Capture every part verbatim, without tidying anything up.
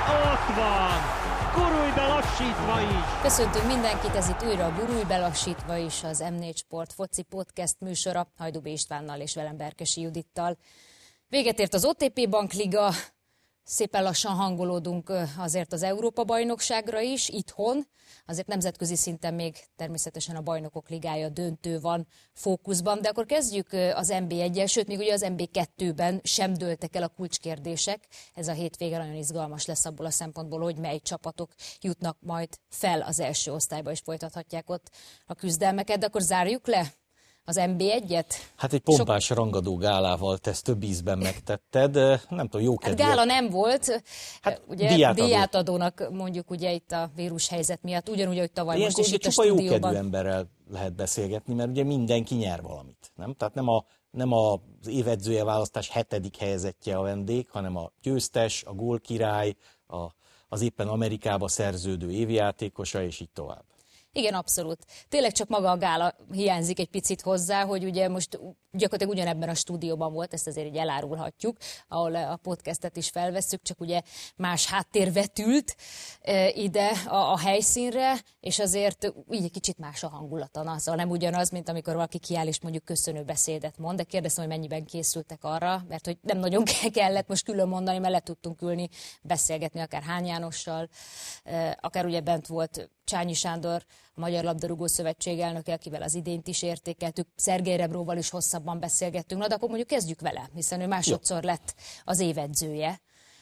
Ott van! Gurulj be lassítva is! Köszöntünk mindenkit, ez itt újra a Gurulj be lassítva is, az em négy Sport foci podcast műsora, Hajdúbé Istvánnal és velem Berkesi Judittal. Véget ért az o té pé Bankliga, szépen lassan hangolódunk azért az Európa-bajnokságra is, itthon. Azért nemzetközi szinten még természetesen a Bajnokok Ligája döntő van fókuszban, de akkor kezdjük az en bé egyel, sőt, még ugye az en bé kettőben sem dőltek el a kulcskérdések. Ez a hétvége nagyon izgalmas lesz abból a szempontból, hogy mely csapatok jutnak majd fel az első osztályba, és folytathatják ott a küzdelmeket. De akkor zárjuk le az en bé egyet? Hát egy pompás Sok... rangadó gálával te ezt több ízben megtetted, nem tudom, jó kedvű. Hát gála nem volt, hát ugye díjátadó. díjátadónak mondjuk ugye itt a vírushelyzet miatt, ugyanúgy, hogy tavaly ilyenkor most is itt a stúdióban. Csupa jókedvű emberrel lehet beszélgetni, mert ugye mindenki nyer valamit, nem? Tehát nem, a, nem az évedzője választás hetedik helyezettje a vendég, hanem a győztes, a gólkirály, a, az éppen Amerikába szerződő évjátékosa, és így tovább. Igen, abszolút. Tényleg csak maga a gála hiányzik egy picit hozzá, hogy ugye most gyakorlatilag ugyanebben a stúdióban volt, ezt azért így elárulhatjuk, ahol a podcastet is felvesszük, csak ugye más háttér vetült ide a, a helyszínre, és azért így egy kicsit más a hangulata. Na, szóval nem ugyanaz, mint amikor valaki kiáll és mondjuk köszönő beszédet mond, de kérdeztem, hogy mennyiben készültek arra, mert hogy nem nagyon kellett most külön mondani, mert le tudtunk ülni, beszélgetni akár Hány Jánossal, akár ugye bent volt Csányi Sándor, a Magyar Labdarúgó Szövetség elnöke, akivel az idényt is értékeltük, Szergej Rebróval is hosszabban beszélgettünk. Na, de akkor mondjuk kezdjük vele, hiszen ő másodszor lett az évedzője.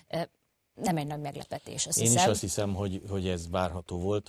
Nem egy nagy meglepetés, azt Én hiszem. is azt hiszem, hogy, hogy ez várható volt.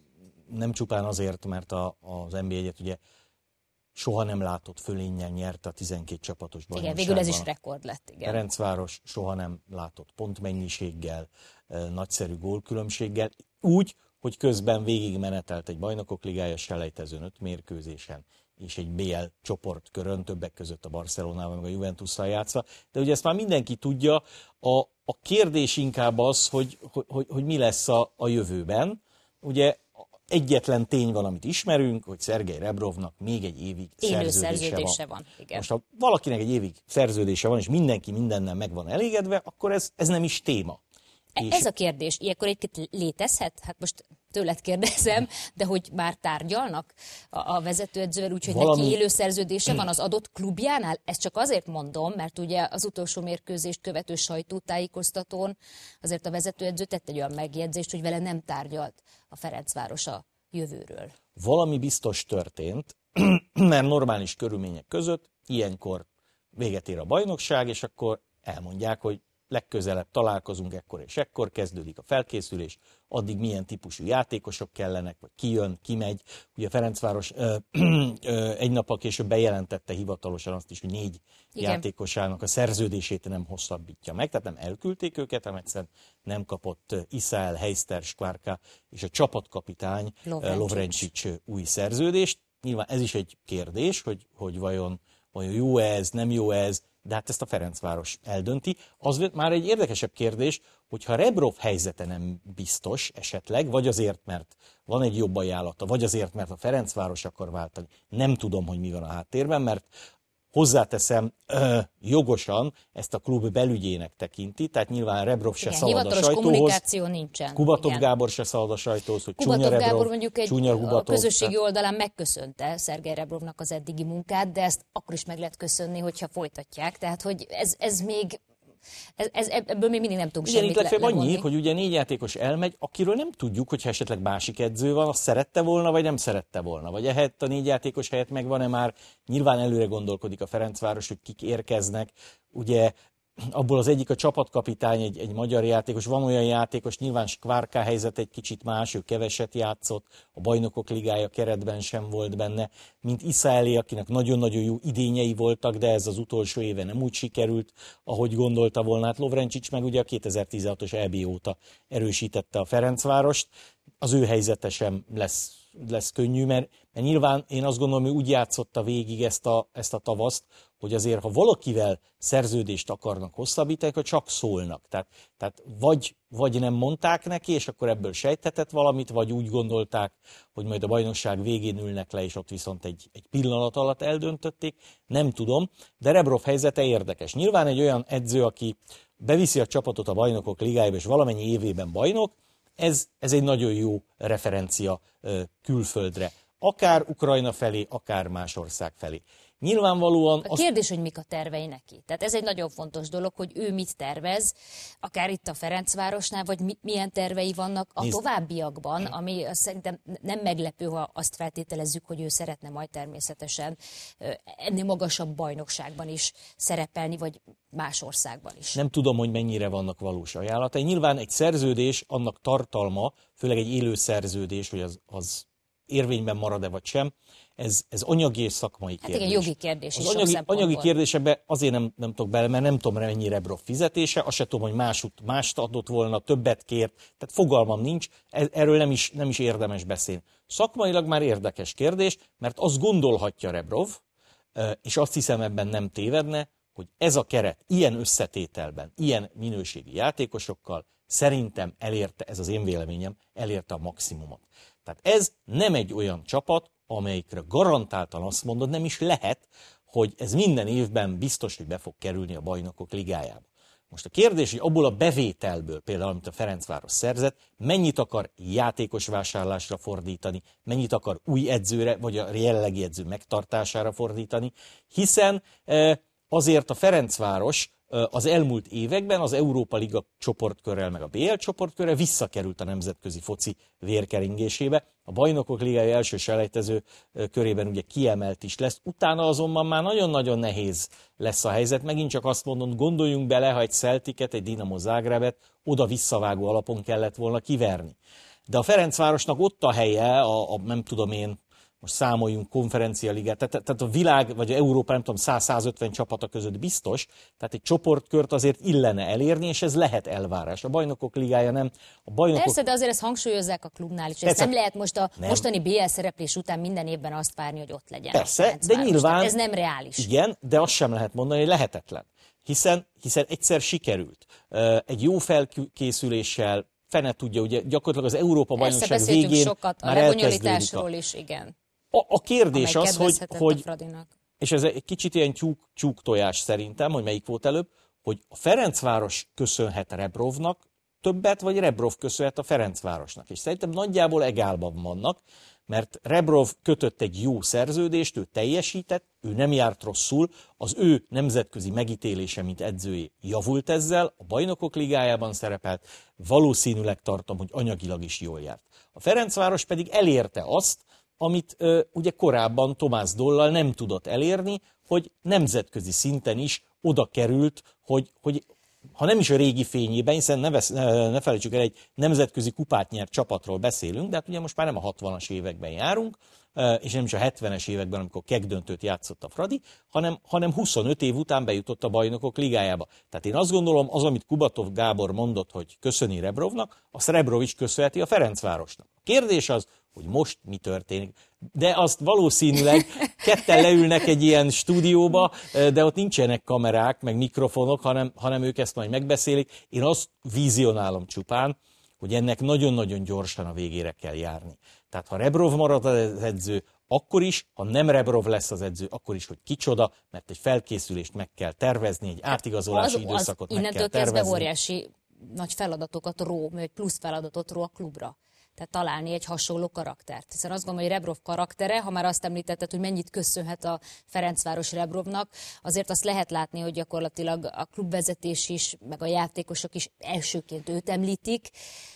Nem csupán azért, mert a, az en bé egyet ugye soha nem látott fölénnyel nyerte a tizenkét csapatos bajnokságban. Igen, végül ez is rekord lett. Igen. Ferencváros soha nem látott pontmennyiséggel, nagyszerű gólkülönbséggel. Úgy, hogy közben végigmenetelt egy Bajnokok Ligája selejtezőn öt mérkőzésen, és egy bé el csoportkörön, többek között a Barcelonával, meg a Juventusszal játszva. De ugye ezt már mindenki tudja, a, a kérdés inkább az, hogy, hogy, hogy mi lesz a, a jövőben. Ugye egyetlen tény van, amit ismerünk, hogy Szergej Rebrovnak még egy évig Élő szerződése, szerződése van. van. Igen. Most ha valakinek egy évig szerződése van, és mindenki mindennel meg van elégedve, akkor ez, ez nem is téma. És... Ez a kérdés, ilyenkor egy létezhet? Hát most tőled kérdezem, de hogy már tárgyalnak a, a vezetőedzővel, úgyhogy Valami... neki élő szerződése van az adott klubjánál? Ezt csak azért mondom, mert ugye az utolsó mérkőzést követő sajtótájékoztatón azért a vezetőedző tett egy olyan megjegyzést, hogy vele nem tárgyalt a Ferencváros a jövőről. Valami biztos történt, mert normális körülmények között ilyenkor véget ér a bajnokság, és akkor elmondják, hogy legközelebb találkozunk, ekkor és ekkor kezdődik a felkészülés, addig milyen típusú játékosok kellenek, vagy ki jön, ki megy. Ugye a Ferencváros ö, ö, egy nappal később bejelentette hivatalosan azt is, hogy négy Igen. játékosának a szerződését nem hosszabbítja meg, tehát nem elküldték őket, hanem egyszerűen nem kapott Iszael, Heister, Skvárka és a csapatkapitány Lovrencsics új szerződést. Nyilván ez is egy kérdés, hogy, hogy vajon, vajon jó ez, nem jó ez, de hát ezt a Ferencváros eldönti. Az már egy érdekesebb kérdés, hogyha Rebrov helyzete nem biztos esetleg, vagy azért, mert van egy jobb ajánlata, vagy azért, mert a Ferencváros akar váltani. Nem tudom, hogy mi van a háttérben, mert hozzáteszem, ö, jogosan ezt a klub belügyének tekinti, tehát nyilván Rebrov se Igen, szalad a sajtóhoz. kommunikáció nincsen. Kubatov Igen. Gábor se szalad a sajtóhoz, hogy Kubatov csúnya Rebrov, Gábor mondjuk egy csúnya Kubatov, a közösségi tehát... oldalán megköszönte Szergej Rebrovnak az eddigi munkát, de ezt akkor is meg lehet köszönni, hogyha folytatják. Tehát, hogy ez, ez még... Ez, ez, ebből még mindig nem tudunk Igen, semmit itt legfeljebb le, annyi, hogy ugye négy játékos elmegy, akiről nem tudjuk, hogyha esetleg másik edző van, azt szerette volna, vagy nem szerette volna. Vagy ehelyett a négy játékos helyett megvan-e már, nyilván előre gondolkodik a Ferencváros, hogy kik érkeznek. Ugye abból az egyik a csapatkapitány, egy, egy magyar játékos, van olyan játékos, nyilván Skvárka helyzet egy kicsit más, ő keveset játszott, a Bajnokok Ligája keretben sem volt benne, mint Iszaelé, akinek nagyon-nagyon jó idényei voltak, de ez az utolsó éve nem úgy sikerült, ahogy gondolta volna. Hát Lovrencsics meg ugye a kétezer-tizenhatos é bé óta erősítette a Ferencvárost, az ő helyzete sem lesz, lesz könnyű, mert, mert nyilván én azt gondolom, hogy úgy játszotta végig ezt a, ezt a tavaszt, hogy azért, ha valakivel szerződést akarnak hosszabbítani, akkor csak szólnak. Tehát, tehát vagy, vagy nem mondták neki, és akkor ebből sejthetett valamit, vagy úgy gondolták, hogy majd a bajnokság végén ülnek le, és ott viszont egy, egy pillanat alatt eldöntötték. Nem tudom, de Rebrov helyzete érdekes. Nyilván egy olyan edző, aki, beviszi a csapatot a Bajnokok Ligájába, és valamennyi évében bajnok, ez, ez egy nagyon jó referencia külföldre. Akár Ukrajna felé, akár más ország felé. Nyilvánvalóan... A kérdés, hogy mik a tervei neki. Tehát ez egy nagyon fontos dolog, hogy ő mit tervez, akár itt a Ferencvárosnál, vagy mi, milyen tervei vannak a Nézd. továbbiakban, ami szerintem nem meglepő, ha azt feltételezzük, hogy ő szeretne majd természetesen ennél magasabb bajnokságban is szerepelni, vagy más országban is. Nem tudom, hogy mennyire vannak valós ajánlatai. Nyilván egy szerződés, annak tartalma, főleg egy élő szerződés, hogy az, az érvényben marad-e vagy sem, ez, ez anyagi és szakmai kérdés. Hát igen, jogi kérdés is. Az anyagi, anyagi kérdésekben azért nem, nem tudok bele, mert nem tudom, mennyi Rebrov fizetése, azt sem tudom, hogy más, mást adott volna, többet kért, tehát fogalmam nincs, erről nem is, nem is érdemes beszélni. Szakmailag már érdekes kérdés, mert azt gondolhatja Rebrov, és azt hiszem ebben nem tévedne, hogy ez a keret ilyen összetételben, ilyen minőségi játékosokkal szerintem elérte, ez az én véleményem, elérte a maximumot. Tehát ez nem egy olyan csapat, amelyikre garantáltan azt mondod, nem is lehet, hogy ez minden évben biztos, hogy be fog kerülni a Bajnokok Ligájába. Most a kérdés, hogy abból a bevételből, például amit a Ferencváros szerzett, mennyit akar játékos vásárlásra fordítani, mennyit akar új edzőre, vagy a jelenlegi edző megtartására fordítani, hiszen azért a Ferencváros az elmúlt években az Európa Liga csoportkörrel, meg a bé el csoportkörrel visszakerült a nemzetközi foci vérkeringésébe. A Bajnokok Ligája első selejtező körében ugye kiemelt is lesz, utána azonban már nagyon-nagyon nehéz lesz a helyzet. Megint csak azt mondom, gondoljunk bele, ha egy Celticet, egy Dinamo Zágrebet oda visszavágó alapon kellett volna kiverni. De a Ferencvárosnak ott a helye, a, a nem tudom én, most számoljunk konferencialigát, tehát, tehát a világ, vagy Európa, nem tudom, száz-százötven csapata között biztos, tehát egy csoportkört azért illene elérni, és ez lehet elvárás. A Bajnokok Ligája nem. A bajnokok... Persze, de azért ezt hangsúlyozzák a klubnál is. Ez nem lehet most a nem. mostani bé el szereplés után minden évben azt várni, hogy ott legyen. Persze, de nyilván... Ez nem reális. Igen, de azt sem lehet mondani, hogy lehetetlen. Hiszen, hiszen egyszer sikerült. Egy jó felkészüléssel, fene tudja, ugye gyakorlatilag az Európa-bajnokság végén sokat, a már lebonyolításról is, igen. A, a kérdés az, hogy, hogy a és ez egy kicsit ilyen tyúk, tyúk tojás szerintem, hogy melyik volt előbb, hogy a Ferencváros köszönhet Rebrovnak többet, vagy Rebrov köszönhet a Ferencvárosnak. És szerintem nagyjából egálban vannak, mert Rebrov kötött egy jó szerződést, ő teljesített, ő nem járt rosszul, az ő nemzetközi megítélése, mint edzője javult ezzel, a Bajnokok Ligájában szerepelt, valószínűleg tartom, hogy anyagilag is jól járt. A Ferencváros pedig elérte azt, amit ö, ugye korábban Tomás Dollal nem tudott elérni, hogy nemzetközi szinten is oda került, hogy, hogy ha nem is a régi fényében, hiszen ne, vesz, ne, ne felejtsük el, egy nemzetközi kupát nyert csapatról beszélünk, de hát ugye most már nem a hatvanas években járunk, és nem is a hetvenes években, amikor kegdöntőt játszott a Fradi, hanem, hanem huszonöt év után bejutott a Bajnokok Ligájába. Tehát én azt gondolom, az, amit Kubatov Gábor mondott, hogy köszöni Rebrovnak, azt Rebrov is köszönheti a Ferencvárosnak. A kérdés az, hogy most mi történik. De azt valószínűleg ketten leülnek egy ilyen stúdióba, de ott nincsenek kamerák, meg mikrofonok, hanem, hanem ők ezt majd megbeszélik. Én azt vizionálom csupán, hogy ennek nagyon-nagyon gyorsan a végére kell járni. Tehát ha Rebrov marad az edző, akkor is, ha nem Rebrov lesz az edző, akkor is, hogy kicsoda, mert egy felkészülést meg kell tervezni, egy átigazolási az, időszakot az meg kell tervezni. Innentől kezdve óriási nagy feladatokat ró, vagy plusz feladatot ró a klubra. Tehát találni egy hasonló karaktert. Hiszen azt gondolom, hogy Rebrov karaktere, ha már azt említetted, hogy mennyit köszönhet a Ferencváros Rebrovnak, azért azt lehet látni, hogy gyakorlatilag a klubvezetés is, meg a játékosok is elsőként őt említik.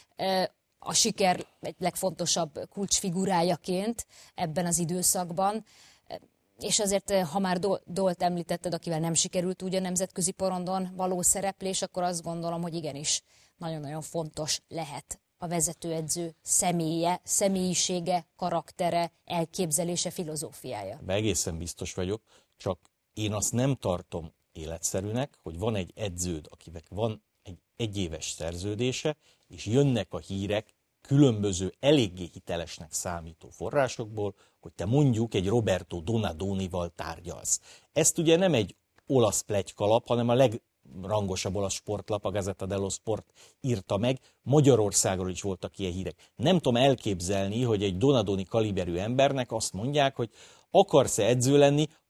A siker egy legfontosabb kulcsfigurájaként ebben az időszakban. És azért, ha már Dolt említetted, akivel nem sikerült úgy a nemzetközi porondon való szereplés, akkor azt gondolom, hogy igenis nagyon-nagyon fontos lehet a vezetőedző személye, személyisége, karaktere, elképzelése, filozófiája. Be egészen biztos vagyok, csak én azt nem tartom életszerűnek, hogy van egy edződ, akinek van egy egyéves szerződése, és jönnek a hírek különböző, eléggé hitelesnek számító forrásokból, hogy te mondjuk egy Roberto Donadonival tárgyalsz. Ezt ugye nem egy olasz pletykalap, hanem a legrangosabb olasz sportlap, a Gazzetta dello Sport írta meg, Magyarországról is voltak ilyen hírek. Nem tudom elképzelni, hogy egy Donadoni kaliberű embernek azt mondják, hogy akarsz-e edző lenni,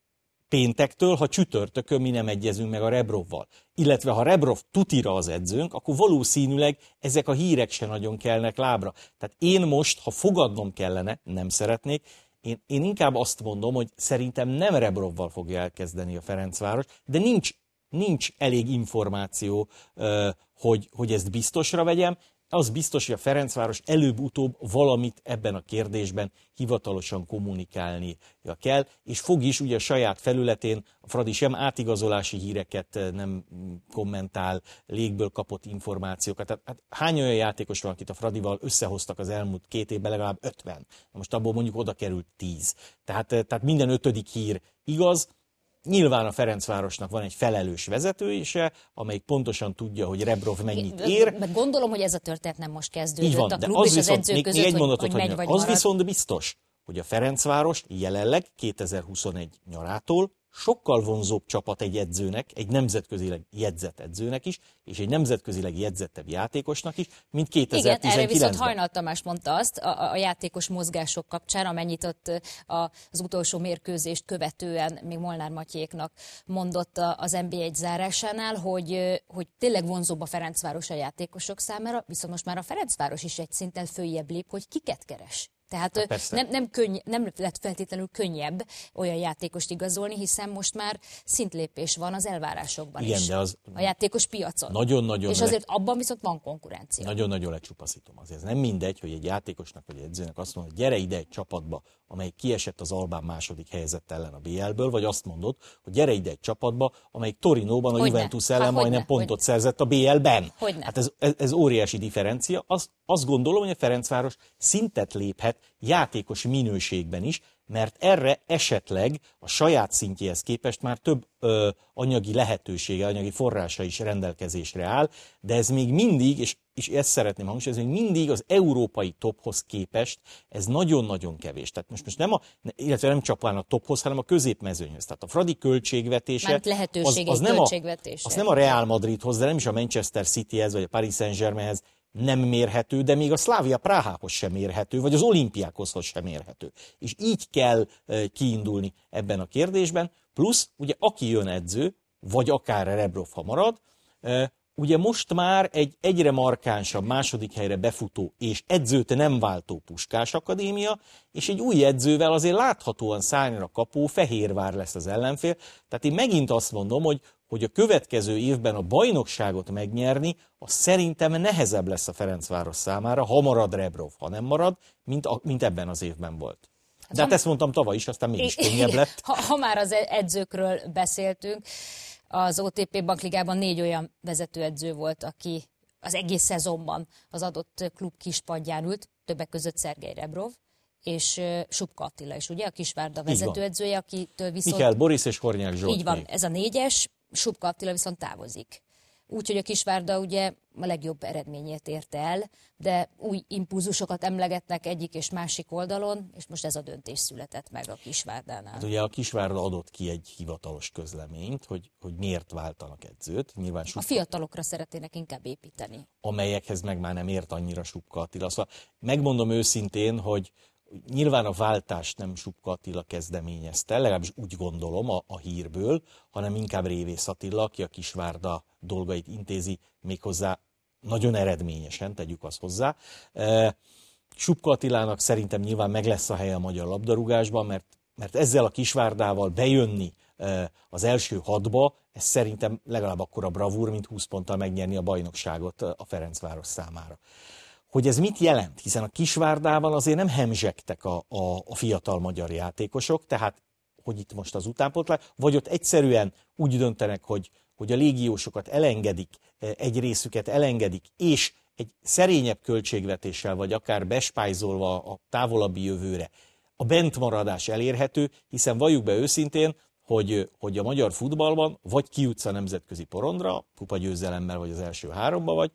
péntektől, ha csütörtökön mi nem egyezünk meg a Rebrovval. Illetve ha Rebrov tutira az edzőnk, akkor valószínűleg ezek a hírek se nagyon kelnek lábra. Tehát én most, ha fogadnom kellene, nem szeretnék, én, én inkább azt mondom, hogy szerintem nem Rebrovval fogja elkezdeni a Ferencváros, de nincs, nincs elég információ, hogy, hogy ezt biztosra vegyem. Az biztos, hogy a Ferencváros előbb-utóbb valamit ebben a kérdésben hivatalosan kommunikálnia kell, és fog is, ugye a saját felületén, a Fradi sem átigazolási híreket nem kommentál, légből kapott információkat. Tehát, hát hány olyan játékos van, akit a Fradival összehoztak az elmúlt két évben, legalább ötven. Most abból mondjuk oda került tíz. Tehát, tehát minden ötödik hír igaz. Nyilván a Ferencvárosnak van egy felelős vezetőise, amelyik pontosan tudja, hogy Rebrov mennyit ér. Mert gondolom, hogy ez a történet nem most kezdődött. Így van, a de klub az és viszont, az edző még, között, még egy hogy, mondatot, hogy megy, hogy vagy az marad. viszont biztos, hogy a Ferencváros jelenleg kétezer-huszonegy nyarától sokkal vonzóbb csapat egy edzőnek, egy nemzetközileg jegyzett edzőnek is, és egy nemzetközileg jegyzettebb játékosnak is, mint kétezer-tizenkilencben. Igen, erre viszont Hajnal Tamás mondta azt a, a játékos mozgások kapcsán, amennyit ott az utolsó mérkőzést követően még Molnár Matyéknak mondott az en bé egy zárásánál, hogy, hogy tényleg vonzóbb a Ferencváros a játékosok számára, viszont most már a Ferencváros is egy szinten följebb lép, hogy kiket keres. Tehát hát nem, nem, könny, nem lett feltétlenül könnyebb olyan játékost igazolni, hiszen most már szintlépés van az elvárásokban Igen, is. de az a játékos piacon. Nagyon-nagyon És azért abban viszont van konkurencia. Nagyon-nagyon lecsupaszítom. Azért nem mindegy, hogy egy játékosnak vagy egy edzőnek azt mondod, hogy gyere ide egy csapatba, amely kiesett az Albán második helyzet ellen a bé el-ből, vagy azt mondod, hogy gyere ide egy csapatba, amelyik Torinóban a Hogyne. Juventus ellen Há, majdnem hogyne, pontot hogyne. szerzett a bé el-ben. Hogyne. Hát ez, ez, ez óriási differencia. Az, azt gondolom, hogy a Ferencváros szintet léphet játékos minőségben is, mert erre esetleg a saját szintjéhez képest már több ö, anyagi lehetősége, anyagi forrása is rendelkezésre áll, de ez még mindig, és, és ezt szeretném hangsúlyozni, ez még mindig az európai tophoz képest ez nagyon-nagyon kevés. Tehát most, most nem a, illetve nem csak a tophoz, hanem a középmezőnyhöz. Tehát a Fradi költségvetése Már lehetőség az, az, egy nem költségvetése. a, az nem a Real Madridhoz, de nem is a Manchester Cityhez, vagy a Paris Saint-Germainhez nem mérhető, de még a Slavia Prahához sem mérhető, vagy az Olimpiákhoz sem mérhető. És így kell kiindulni ebben a kérdésben. Plusz, ugye aki jön edző, vagy akár Rebrov, ha marad, ugye most már egy egyre markánsabb második helyre befutó és edzőt nem váltó Puskás Akadémia, és egy új edzővel azért láthatóan szárnyra kapó Fehérvár lesz az ellenfél. Tehát én megint azt mondom, hogy hogy a következő évben a bajnokságot megnyerni, az szerintem nehezebb lesz a Ferencváros számára, ha marad Rebrov, ha nem marad, mint, a, mint ebben az évben volt. De hát ezt mondtam tavaly is, aztán mégis könnyebb lett. Ha, ha már az edzőkről beszéltünk, az o té pé Bankligában négy olyan vezetőedző volt, aki az egész szezonban az adott klub kispadján ült, többek között Szergej Rebrov, és Subka Attila is, ugye, a Kisvárda vezetőedzője, akitől viszont... Mikkel Boris és Hornyák Zsolt. Így van, még. ez a négyes, Subka Attila viszont távozik. Úgyhogy a Kisvárda ugye a legjobb eredményét érte el, de új impulzusokat emlegetnek egyik és másik oldalon, és most ez a döntés született meg a Kisvárdánál. Hát ugye a Kisvárda adott ki egy hivatalos közleményt, hogy, hogy miért váltanak edzőt. Nyilván Subka, a fiatalokra szeretnének inkább építeni. Amelyekhez meg már nem ért annyira Subka Attila. Szóval megmondom őszintén, hogy nyilván a váltást nem Subka Attila kezdeményezte, legalábbis úgy gondolom a, a hírből, hanem inkább Révész Attila, aki a Kisvárda dolgait intézi, méghozzá nagyon eredményesen, tegyük azt hozzá. E, Subka Attilának szerintem nyilván meg lesz a helye a magyar labdarúgásban, mert, mert ezzel a Kisvárdával bejönni e, az első hatba, ez szerintem legalább akkora bravúr, mint húsz ponttal megnyerni a bajnokságot a Ferencváros számára. Hogy ez mit jelent? Hiszen a Kisvárdában azért nem hemzsegtek a, a, a fiatal magyar játékosok, tehát hogy itt most az utánpótlás, vagy ott egyszerűen úgy döntenek, hogy, hogy a légiósokat elengedik, egy részüket elengedik, és egy szerényebb költségvetéssel, vagy akár bespájzolva a távolabbi jövőre a bentmaradás elérhető, hiszen valljuk be őszintén, hogy, hogy a magyar futballban vagy kijutsz a nemzetközi porondra, kupagyőzelemmel vagy az első háromba vagy,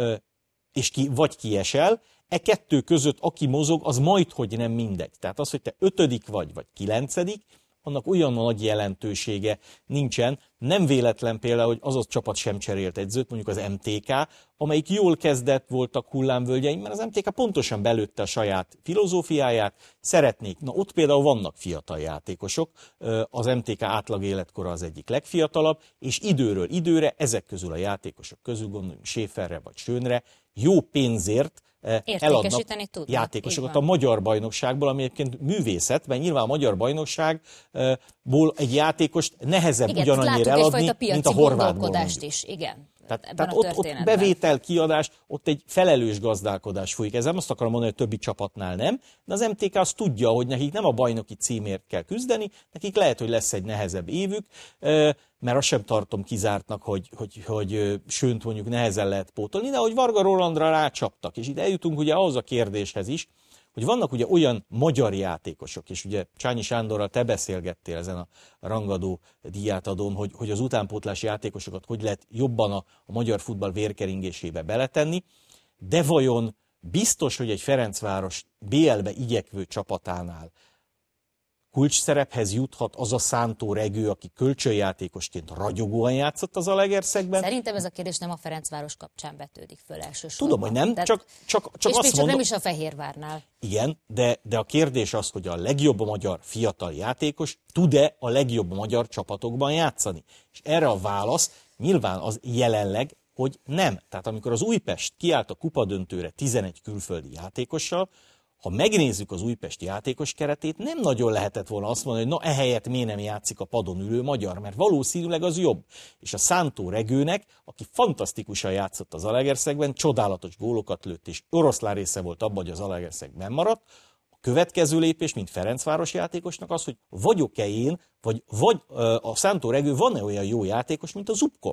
és ki, vagy kiesel, e kettő között aki mozog, az majdhogy nem mindegy. Tehát az, hogy te ötödik vagy, vagy kilencedik, annak olyan nagy jelentősége nincsen. Nem véletlen például, hogy az a csapat sem cserélt edzőt, mondjuk az em té ká, amelyik jól kezdett, voltak hullámvölgyeim, mert az em té ká pontosan belőtte a saját filozófiáját, szeretnék. Na ott például vannak fiatal játékosok, az em té ká átlag életkora az egyik legfiatalabb, és időről időre ezek közül a játékosok közül, gondoljunk Schäferre vagy Schönre, jó pénzért eladnak játékosokat a magyar bajnokságból, ami egyébként művészet, mert nyilván a magyar bajnokságból egy játékost nehezebb igen, ugyanannyira eladni, mint a horvátból. Is, igen. Tehát, tehát ott, ott bevétel, kiadás, ott egy felelős gazdálkodás folyik. Ezzel azt akarom mondani, hogy a többi csapatnál nem, de az em té ká azt tudja, hogy nekik nem a bajnoki címért kell küzdeni, nekik lehet, hogy lesz egy nehezebb évük, mert azt sem tartom kizártnak, hogy, hogy, hogy Schönt mondjuk nehezen lehet pótolni, de hogy Varga Rolandra rácsaptak. És itt eljutunk ugye ahhoz a kérdéshez is, hogy vannak ugye olyan magyar játékosok, és ugye Csányi Sándorral te beszélgettél ezen a rangadó díjátadón, hogy, hogy az utánpótlás játékosokat hogy lehet jobban a, a magyar futball vérkeringésébe beletenni, de vajon biztos, hogy egy Ferencváros bé el-be igyekvő csapatánál kulcsszerephez juthat az a szántó regő, aki kölcsönjátékosként ragyogóan játszott az Zalaegerszegben? Szerintem ez a kérdés nem a Ferencváros kapcsán vetődik föl elsősorban. Tudom, hogy nem, Tehát, csak, csak, csak és azt még csak mondom, nem is a Fehérvárnál. Igen, de, de a kérdés az, hogy a legjobb magyar fiatal játékos tud-e a legjobb magyar csapatokban játszani? És erre a válasz nyilván az jelenleg, hogy nem. Tehát amikor az Újpest kiállt a kupadöntőre tizenegy külföldi játékossal, ha megnézzük az újpesti játékos keretét, nem nagyon lehetett volna azt mondani, hogy na ehelyett miért nem játszik a padon ülő magyar, mert valószínűleg az jobb. És a szántó regőnek, aki fantasztikusan játszott az Zalaegerszegben, csodálatos gólokat lőtt, és oroszlán része volt abban, hogy az Zalaegerszeg maradt, a következő lépés, mint Ferencváros játékosnak az, hogy vagyok-e én, vagy, vagy a szántó regő van-e olyan jó játékos, mint a Zubkov.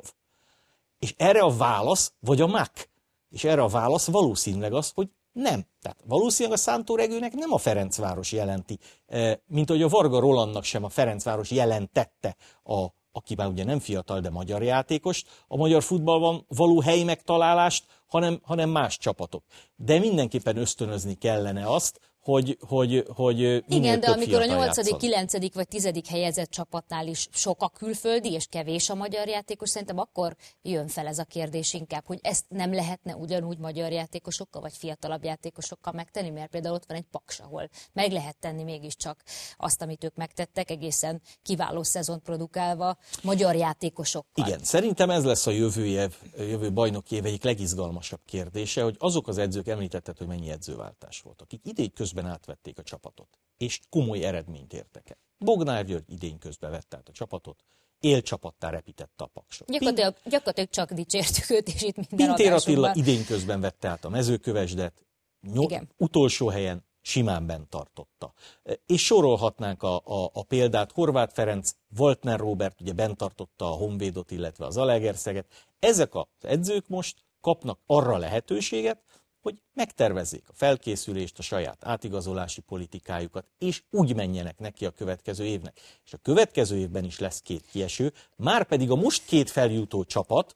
És erre a válasz, vagy a Mák. És erre a válasz valószínűleg az, hogy nem. Tehát valószínűleg a szántó regőnek nem a Ferencváros jelenti, mint hogy a Varga Rolandnak sem a Ferencváros jelentette, a, aki már ugye nem fiatal, de magyar játékost, a magyar futballban való hely megtalálást, hanem, hanem más csapatok. De mindenképpen ösztönözni kellene azt, hogy, hogy, hogy igen, de amikor a nyolcadik, kilencedik vagy tizedik helyezett csapatnál is sok a külföldi, és kevés a magyar játékos, szerintem akkor jön fel ez a kérdés inkább, hogy ezt nem lehetne ugyanúgy magyar játékosokkal, vagy fiatalabb játékosokkal megtenni, mert például ott van egy Paks, ahol meg lehet tenni mégiscsak azt, amit ők megtettek, egészen kiváló szezont produkálva magyar játékosokkal. Igen, szerintem ez lesz a jövő év, jövő bajnoki év egyik legizgalmasabb kérdése, hogy azok az edzők, említetted, hogy mennyi edzőváltás volt, akik idén közben átvették a csapatot, és komoly eredményt értek el. Bognár György idén közben vette át a csapatot, élcsapattá repítette a Paksot. Gyakorlatilag, gyakorlatilag csak dicsértük őt, és itt minden Pintér adásunkban. Attila idén közben vette át a Mezőkövesdet, nyol, utolsó helyen simán bent tartotta. És sorolhatnánk a, a, a példát, Horváth Ferenc, Waltner Róbert ugye bent tartotta a Honvédot, illetve az Zalaegerszeget. Ezek az edzők most kapnak arra lehetőséget, hogy megtervezzék a felkészülést, a saját átigazolási politikájukat, és úgy menjenek neki a következő évnek. És a következő évben is lesz két kieső, már pedig a most két feljutó csapat.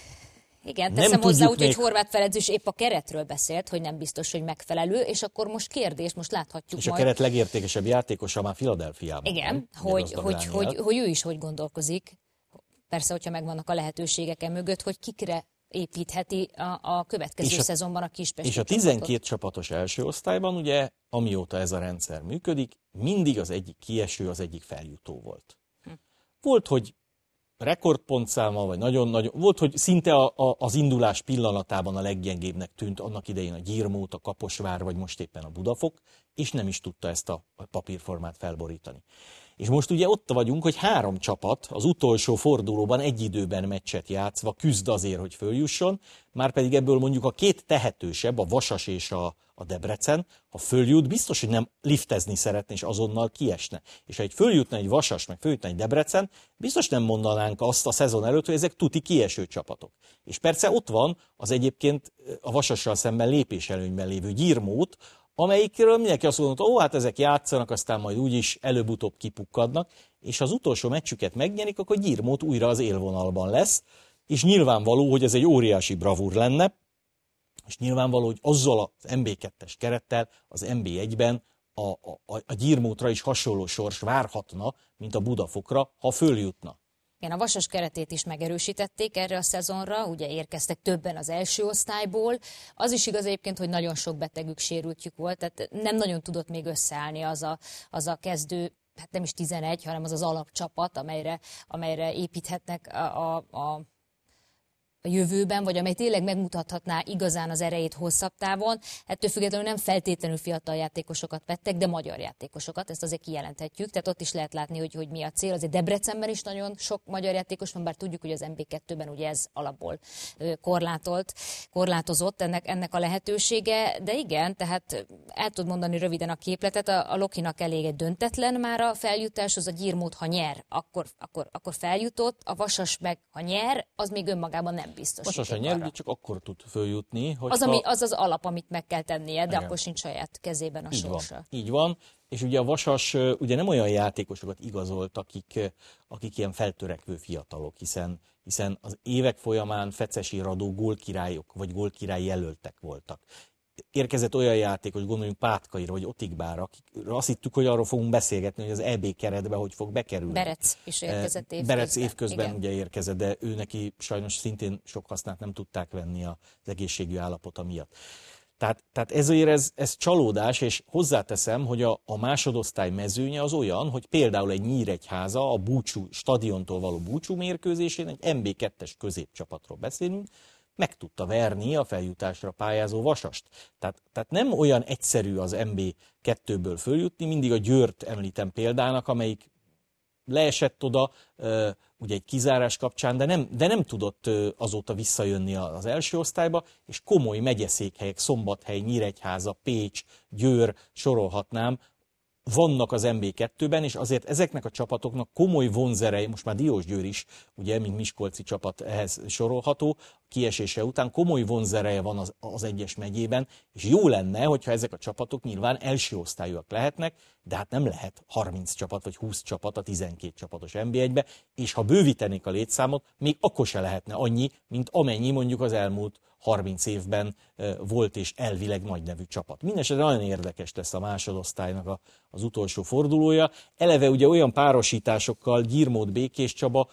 Igen, teszem hozzá úgy, még... hogy Horváth Ferenc is épp a keretről beszélt, hogy nem biztos, hogy megfelelő, és akkor most kérdés, most láthatjuk és majd. És a keret legértékesebb játékosa már Philadelphiában. Igen, van, hogy, hogy, hogy, hogy ő is hogy gondolkozik, persze, hogyha megvannak a lehetőségek e mögött, hogy kikre építheti a, a következő a, szezonban a Kispesti És a tizenkét csapatos első osztályban, ugye, amióta ez a rendszer működik, mindig az egyik kieső, az egyik feljutó volt. Hm. Volt, hogy rekordpontszámmal, vagy nagyon-nagyon, volt, hogy szinte a, a, az indulás pillanatában a leggyengébbnek tűnt annak idején a Gyirmót, a Kaposvár, vagy most éppen a Budafok, és nem is tudta ezt a papírformát felborítani. És most ugye ott vagyunk, hogy három csapat az utolsó fordulóban egy időben meccset játszva küzd azért, hogy följusson, márpedig ebből mondjuk a két tehetősebb, a Vasas és a, a Debrecen, ha följut, biztos, hogy nem liftezni szeretne és azonnal kiesne. És ha egy följutna egy Vasas, meg följutna egy Debrecen, biztos nem mondanánk azt a szezon előtt, hogy ezek tuti kieső csapatok. És persze ott van az egyébként a Vasassal szemben lépéselőnyben lévő Gyirmót, amelyikről mindenki azt mondta, ó, hát ezek játszanak, aztán majd úgyis előbb-utóbb kipukkadnak, és ha az utolsó meccsüket megnyerik, akkor Gyirmót újra az élvonalban lesz, és nyilvánvaló, hogy ez egy óriási bravúr lenne, és nyilvánvaló, hogy azzal az en bé kettes kerettel az en bé egyben a, a, a Gyirmótra is hasonló sors várhatna, mint a Budafokra, ha följutna. Igen, a Vasas keretét is megerősítették erre a szezonra, ugye érkeztek többen az első osztályból. Az is igaz egyébként, hogy nagyon sok betegük, sérültjük volt, tehát nem nagyon tudott még összeállni az a, az a kezdő, hát nem is tizenegy, hanem az az alapcsapat, amelyre, amelyre építhetnek a, a, a a jövőben, vagy amely tényleg megmutathatná igazán az erejét hosszabb távon. Ettől függetlenül nem feltétlenül fiatal játékosokat vettek, de magyar játékosokat, ezt azért kijelenthetjük. Tehát ott is lehet látni, hogy, hogy mi a cél. Azért Debrecenben is nagyon sok magyar játékos van, bár tudjuk, hogy az em bé kettőben ugye ez alapból korlátolt, korlátozott ennek, ennek a lehetősége. De igen, tehát el tud mondani röviden a képletet, a, a Lokinak elég egy döntetlen már a feljutáshoz, a Gyirmót, ha nyer, akkor, akkor, akkor feljutott, a Vasas meg, ha nyer, az még önmagában nem biztos. Vasas a nyer, csak akkor tud följutni, hogy az, ami, az az alap, amit meg kell tennie, de igen. akkor sincs saját kezében a így sorsa. Van. Így van, és ugye a Vasas ugye nem olyan játékosokat igazolt, akik, akik ilyen feltörekvő fiatalok, hiszen, hiszen az évek folyamán Fecesi Radó gólkirályok, vagy gólkirály jelöltek voltak. Érkezett olyan játékos, gondoljunk Pátkaira, vagy Otikbára, akikről azt hittük, hogy arról fogunk beszélgetni, hogy az é bé keretbe hogy fog bekerülni. Berec is érkezett évközben. Berec évközben ugye érkezett, de ő neki sajnos szintén sok hasznát nem tudták venni az egészségügyi állapota miatt. Tehát, tehát ezért ez, ez csalódás, és hozzáteszem, hogy a, a másodosztály mezőnye az olyan, hogy például egy Nyíregyháza a búcsú, stadiontól való búcsú mérkőzésén, egy em bé kettes középcsapatról beszélünk, meg tudta verni a feljutásra pályázó Vasast. Tehát, tehát nem olyan egyszerű az em bé kettőből följutni, mindig a Győrt említem példának, amelyik leesett oda, ugye egy kizárás kapcsán, de nem, de nem tudott azóta visszajönni az első osztályba, és komoly megyeszékhelyek, Szombathely, Nyíregyháza, Pécs, Győr, sorolhatnám, vannak az em bé kettőben, és azért ezeknek a csapatoknak komoly vonzerei, most már Diósgyőr is, ugye, mint miskolci csapat ehhez sorolható, kiesése után komoly vonzereje van az, az egyes megyében, és jó lenne, hogyha ezek a csapatok nyilván első osztályúak lehetnek, de hát nem lehet harminc csapat vagy húsz csapat a tizenkét csapatos em bé egybe, és ha bővítenék a létszámot, még akkor se lehetne annyi, mint amennyi mondjuk az elmúlt harminc évben volt és elvileg nagy nevű csapat. Mindenesetre nagyon érdekes lesz a másodosztálynak a, az utolsó fordulója. Eleve ugye olyan párosításokkal Gyirmót, Békés Csaba,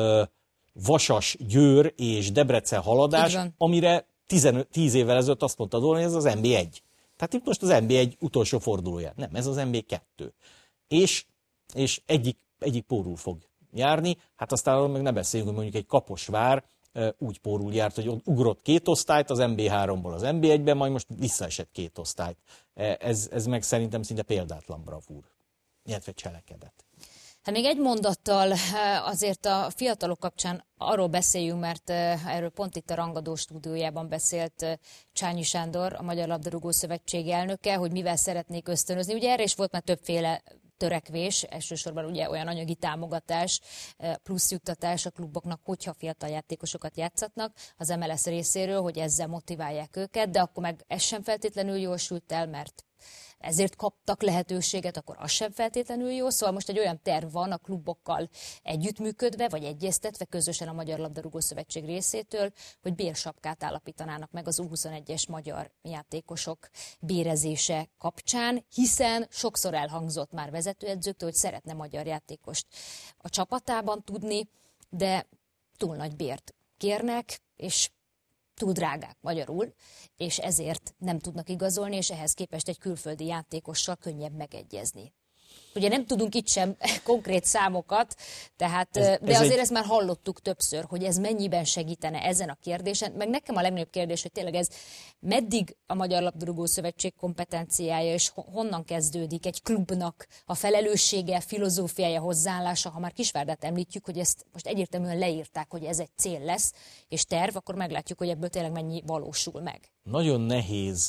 Vasas, Győr és Debrecen haladás, amire tizenöt, tíz évvel ezelőtt azt mondtad volna, hogy ez az em bé egy. Tehát itt most az em bé egy utolsó fordulója. Nem, ez az em bé kettő. És, és egyik, egyik pórul fog járni, hát aztán arról meg ne beszéljünk, hogy mondjuk egy Kaposvár úgy pórul járt, hogy ugrott két osztályt az em bé háromból az em bé egyben, majd most visszaesett két osztályt. Ez, ez meg szerintem szinte példátlan bravúr, illetve cselekedet. Hát még egy mondattal azért a fiatalok kapcsán arról beszéljünk, mert erről pont itt a Rangadó stúdiójában beszélt Csányi Sándor, a Magyar Labdarúgó Szövetség elnöke, hogy mivel szeretnék ösztönözni. Ugye erre is volt már többféle törekvés, elsősorban ugye olyan anyagi támogatás, plusz juttatás a kluboknak, hogyha fiatal játékosokat játszatnak az em el es részéről, hogy ezzel motiválják őket, de akkor meg ez sem feltétlenül jól sült el, mert ezért kaptak lehetőséget, akkor az sem feltétlenül jó. Szóval most egy olyan terv van a klubokkal együttműködve, vagy egyeztetve közösen a Magyar Labdarúgó Szövetség részétől, hogy bérsapkát állapítanának meg az U huszonegyes magyar játékosok bérezése kapcsán, hiszen sokszor elhangzott már vezetőedzőktől, hogy szeretne magyar játékost a csapatában tudni, de túl nagy bért kérnek, és túl drágák magyarul, és ezért nem tudnak igazolni, és ehhez képest egy külföldi játékossal könnyebb megegyezni. Ugye nem tudunk itt sem konkrét számokat, tehát, ez, de ez azért egy... ezt már hallottuk többször, hogy ez mennyiben segítene ezen a kérdésen. Meg nekem a legnagyobb kérdés, hogy tényleg ez meddig a Magyar Labdarúgó Szövetség kompetenciája, és honnan kezdődik egy klubnak a felelőssége, filozófiája, hozzáállása. Ha már Kisvárdát említjük, hogy ezt most egyértelműen leírták, hogy ez egy cél lesz, és terv, akkor meglátjuk, hogy ebből tényleg mennyi valósul meg. Nagyon nehéz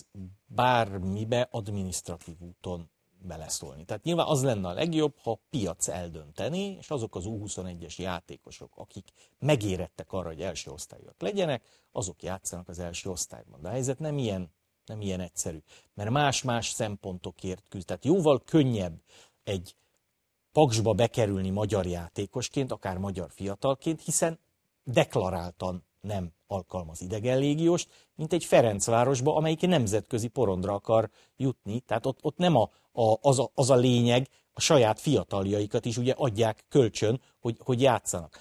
bármibe adminisztratív úton beleszólni. Tehát nyilván az lenne a legjobb, ha a piac eldönteni, és azok az U huszonegyes játékosok, akik megérettek arra, hogy első osztályúak legyenek, azok játszanak az első osztályban. De a helyzet nem ilyen, nem ilyen egyszerű, mert más-más szempontokért küzd. Tehát jóval könnyebb egy Paksba bekerülni magyar játékosként, akár magyar fiatalként, hiszen deklaráltan nem alkalmaz idegen légióst, mint egy Ferencvárosba, amelyik nemzetközi porondra akar jutni. Tehát ott, ott nem a, a, az, a, az a lényeg, a saját fiataljaikat is ugye adják kölcsön, hogy, hogy játszanak.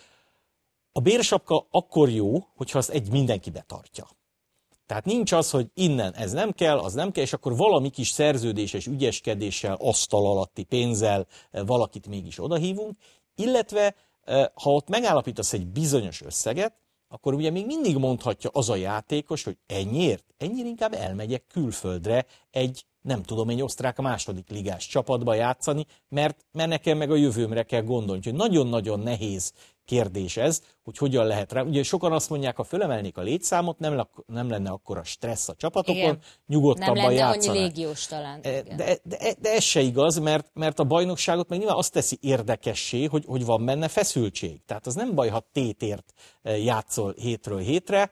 A bérsapka akkor jó, hogyha azt egy mindenki betartja. Tehát nincs az, hogy innen ez nem kell, az nem kell, és akkor valami kis szerződéses ügyeskedéssel, asztal alatti pénzzel valakit mégis odahívunk, illetve ha ott megállapítasz egy bizonyos összeget, akkor ugye még mindig mondhatja az a játékos, hogy ennyiért, ennyire inkább elmegyek külföldre egy, nem tudom, egy osztrák második ligás csapatba játszani, mert, mert nekem meg a jövőmre kell gondolni. Úgyhogy nagyon-nagyon nehéz kérdés ez, hogy hogyan lehet rá. Ugye sokan azt mondják, ha fölemelnék a létszámot, nem, le, nem lenne akkora stressz a csapatokon, igen, nyugodtabban játszanak. Nem lenne annyi légiós talán. De, de, de, de ez se igaz, mert, mert a bajnokságot meg nyilván azt teszi érdekessé, hogy, hogy van benne feszültség. Tehát az nem baj, ha tétért játszol hétről hétre.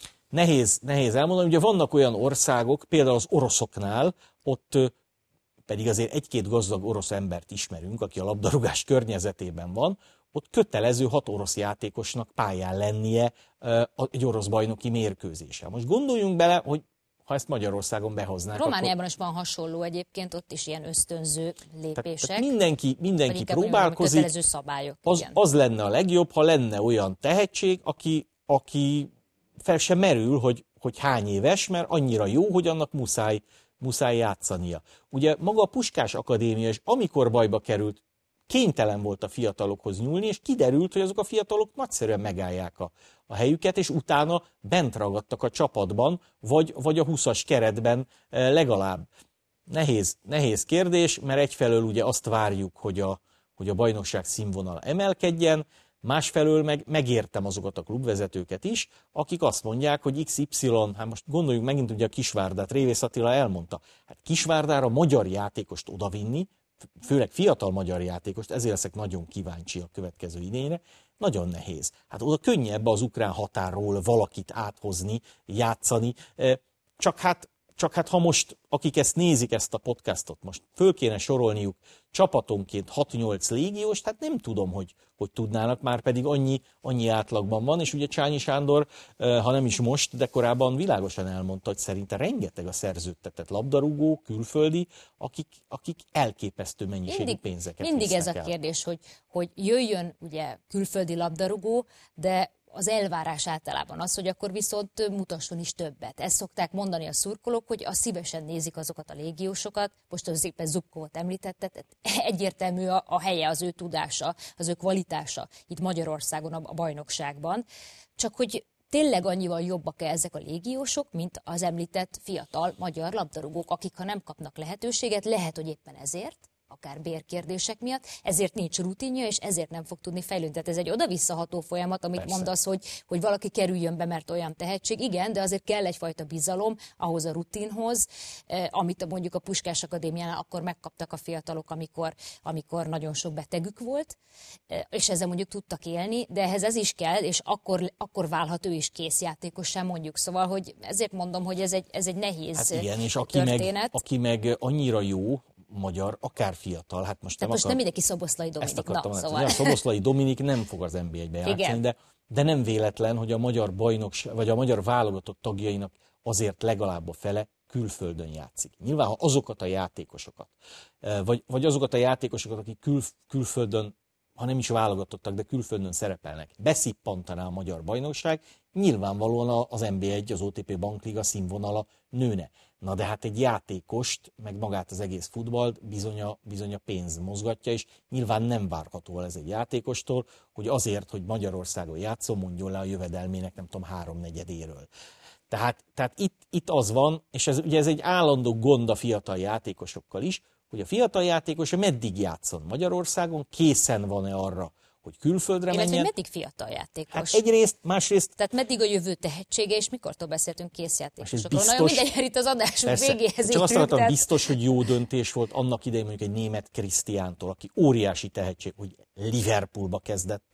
Nehéz, nehéz elmondani. Ugye vannak olyan országok, például az oroszoknál, ott pedig azért egy-két gazdag orosz embert ismerünk, aki a labdarúgás környezetében van, ott kötelező hat orosz játékosnak pályán lennie egy orosz bajnoki mérkőzésen. Most gondoljunk bele, hogy ha ezt Magyarországon behoznák. Romániában akkor... is van hasonló egyébként, ott is ilyen ösztönző lépések. Tehát mindenki, mindenki próbálkozik. Kötelező szabályok. Az, az lenne a legjobb, ha lenne olyan tehetség, aki, aki fel sem merül, hogy, hogy hány éves, mert annyira jó, hogy annak muszáj, muszáj játszania. Ugye maga a Puskás Akadémia is, amikor bajba került, kénytelen volt a fiatalokhoz nyúlni, és kiderült, hogy azok a fiatalok nagyszerűen megállják a, a helyüket, és utána bent ragadtak a csapatban, vagy, vagy a huszas keretben legalább. Nehéz, nehéz kérdés, mert egyfelől ugye azt várjuk, hogy a, hogy a bajnokság színvonal emelkedjen, másfelől meg megértem azokat a klubvezetőket is, akik azt mondják, hogy iksz ipszilon, hát most gondoljunk megint ugye a Kisvárdát, Révész Attila elmondta, hát Kisvárdára magyar játékost odavinni, főleg fiatal magyar játékost, ezért leszek nagyon kíváncsi a következő idényre, nagyon nehéz. Hát oda könnyebb az ukrán határról valakit áthozni, játszani, csak hát, csak hát ha most, akik ezt nézik, ezt a podcastot, most föl kéne sorolniuk csapatonként hat-nyolc légióst, hát nem tudom, hogy, hogy tudnának, már pedig annyi, annyi átlagban van, és ugye Csányi Sándor, ha nem is most, de korábban világosan elmondta, hogy szerinte rengeteg a szerződtetett labdarúgó, külföldi, akik, akik elképesztő mennyiségű mindig, pénzeket Mindig ez a el. kérdés, hogy, hogy jöjjön ugye külföldi labdarúgó, de az elvárás általában az, hogy akkor viszont mutasson is többet. Ezt szokták mondani a szurkolók, hogy a szívesen nézik azokat a légiósokat, most az éppen Zubkovot említette, egyértelmű a, a helye, az ő tudása, az ő kvalitása itt Magyarországon a, a bajnokságban, csak hogy tényleg annyival jobbak-e ezek a légiósok, mint az említett fiatal magyar labdarúgók, akik ha nem kapnak lehetőséget, lehet, hogy éppen ezért, akár bérkérdések miatt, ezért nincs rutinja, és ezért nem fog tudni fejlődni. Tehát ez egy oda-visszaható folyamat, amit Persze. mondasz, hogy, hogy valaki kerüljön be, mert olyan tehetség. Igen, de azért kell egyfajta bizalom ahhoz a rutinhoz, eh, amit mondjuk a Puskás Akadémiánál akkor megkaptak a fiatalok, amikor, amikor nagyon sok betegük volt, eh, és ezzel mondjuk tudtak élni, de ehhez ez is kell, és akkor, akkor válhat ő is készjátékossá, mondjuk. Szóval, hogy ezért mondom, hogy ez egy, ez egy nehéz hát igen, és aki történet. Meg, aki meg annyira jó, magyar, akár fiatal. Hát most nem, most akar... nem mindenki Szoboszlai Dominik. Ezt akartam, Na, szóval... szóval. A Szoboszlai Dominik nem fog az en bé egybe játszani, de, de nem véletlen, hogy a magyar bajnokság, vagy a magyar válogatott tagjainak azért legalább a fele külföldön játszik. Nyilván, ha azokat a játékosokat, vagy, vagy azokat a játékosokat, akik kül, külföldön, ha nem is válogatottak, de külföldön szerepelnek, beszippantaná a magyar bajnokság, nyilvánvalóan az en bé egy, az o té pé Bankliga színvonala nőne. Na de hát egy játékost, meg magát az egész futballt bizony a, bizony a pénz mozgatja, és nyilván nem várható el ez egy játékostól, hogy azért, hogy Magyarországon játszom, mondjon le a jövedelmének, nem tudom, háromnegyedéről. Tehát, tehát itt, itt az van, és ez, ugye ez egy állandó gond a fiatal játékosokkal is, hogy a fiatal játékos meddig játszon Magyarországon, készen van-e arra, hogy külföldre Illetve, menjen. Hogy meddig fiatal játékos? Hát egyrészt, másrészt... Tehát meddig a jövő tehetsége, és mikortól beszéltünk készjátékosokról? Biztos, Nagyon mindegy, itt az adásunk persze, végéhez csak azt akartam, tehát... biztos, hogy jó döntés volt annak idején mondjuk egy német Krisztiántól, aki óriási tehetség, hogy Liverpoolba kezdett,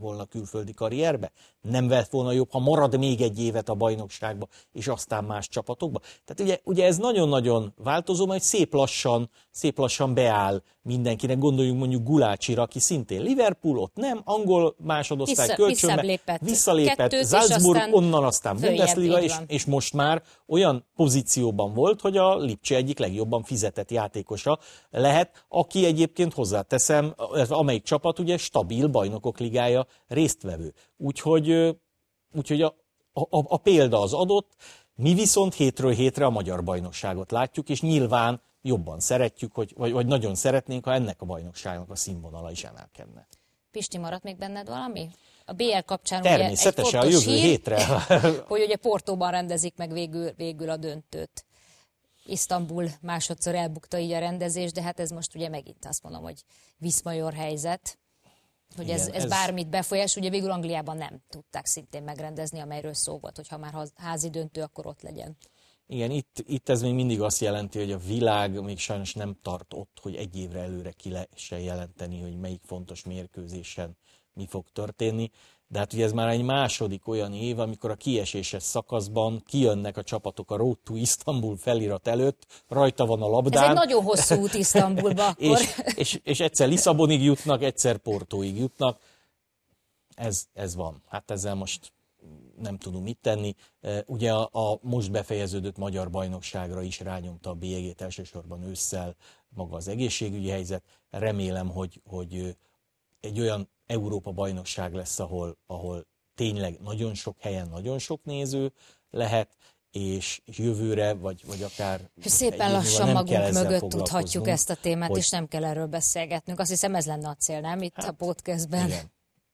volna külföldi karrierbe? Nem vett volna jobb, ha marad még egy évet a bajnokságba, és aztán más csapatokba? Tehát ugye, ugye ez nagyon-nagyon változó, majd szép lassan, szép lassan beáll mindenkinek. Gondoljunk mondjuk Gulácsira, aki szintén Liverpool, ott nem, angol másodosztály Vissza, kölcsönbe, visszalépett, visszalépett kettőt, Salzburg, aztán onnan aztán följebb, Bundesliga, így és, van. és most már olyan pozícióban volt, hogy a Lipcse egyik legjobban fizetett játékosa lehet, aki egyébként hozzáteszem, amelyik csapat ugye stabil bajnokok ligája résztvevő. Úgyhogy, úgyhogy a, a, a példa az adott, mi viszont hétről hétre a magyar bajnokságot látjuk, és nyilván jobban szeretjük, hogy, vagy, vagy nagyon szeretnénk, ha ennek a bajnokságnak a színvonala is emelkedne. Pisti, maradt még benned valami? A bé el kapcsán Természetesen, ugye egy a fontos jövő hír, hétre. hogy ugye Portóban rendezik meg végül, végül a döntőt. Isztambul másodszor elbukta így a rendezést, de hát ez most ugye megint azt mondom, hogy viszmajor helyzet, hogy Igen, ez, ez ez- bármit befolyás. Ugye végül Angliában nem tudták szintén megrendezni, amelyről szó volt, hogy ha már haz- házi döntő, akkor ott legyen. Igen, itt, itt ez még mindig azt jelenti, hogy a világ még sajnos nem tart ott, hogy egy évre előre ki lehessen jelenteni, hogy melyik fontos mérkőzésen mi fog történni. De hát ugye ez már egy második olyan év, amikor a kieséses szakaszban kijönnek a csapatok a Road to Istanbul felirat előtt, rajta van a Ez labdán. egy nagyon hosszú út Isztambulba akkor. és, és, és egyszer Lisszabonig jutnak, egyszer Portóig jutnak. Ez, ez van. Hát ezzel most nem tudunk mit tenni. E, Ugye a, a most befejeződött magyar bajnokságra is rányomta a bélyegét, elsősorban ősszel maga az egészségügyi helyzet. Remélem, hogy, hogy egy olyan Európa bajnokság lesz, ahol, ahol tényleg nagyon sok helyen nagyon sok néző lehet, és jövőre, vagy, vagy akár... egy Szépen év múlva lassan nem kell magunk ezzel mögött tudhatjuk foglalkoznunk, ezt a témát, hogy- és nem kell erről beszélgetnünk. Azt hiszem, ez lenne a cél, nem? Itt Hát, a podcastben. Igen.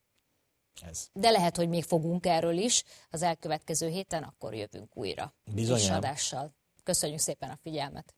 Ez. De lehet, hogy még fogunk erről is az elkövetkező héten, akkor jövünk újra. Bizonyám. Friss adással. Köszönjük szépen a figyelmet!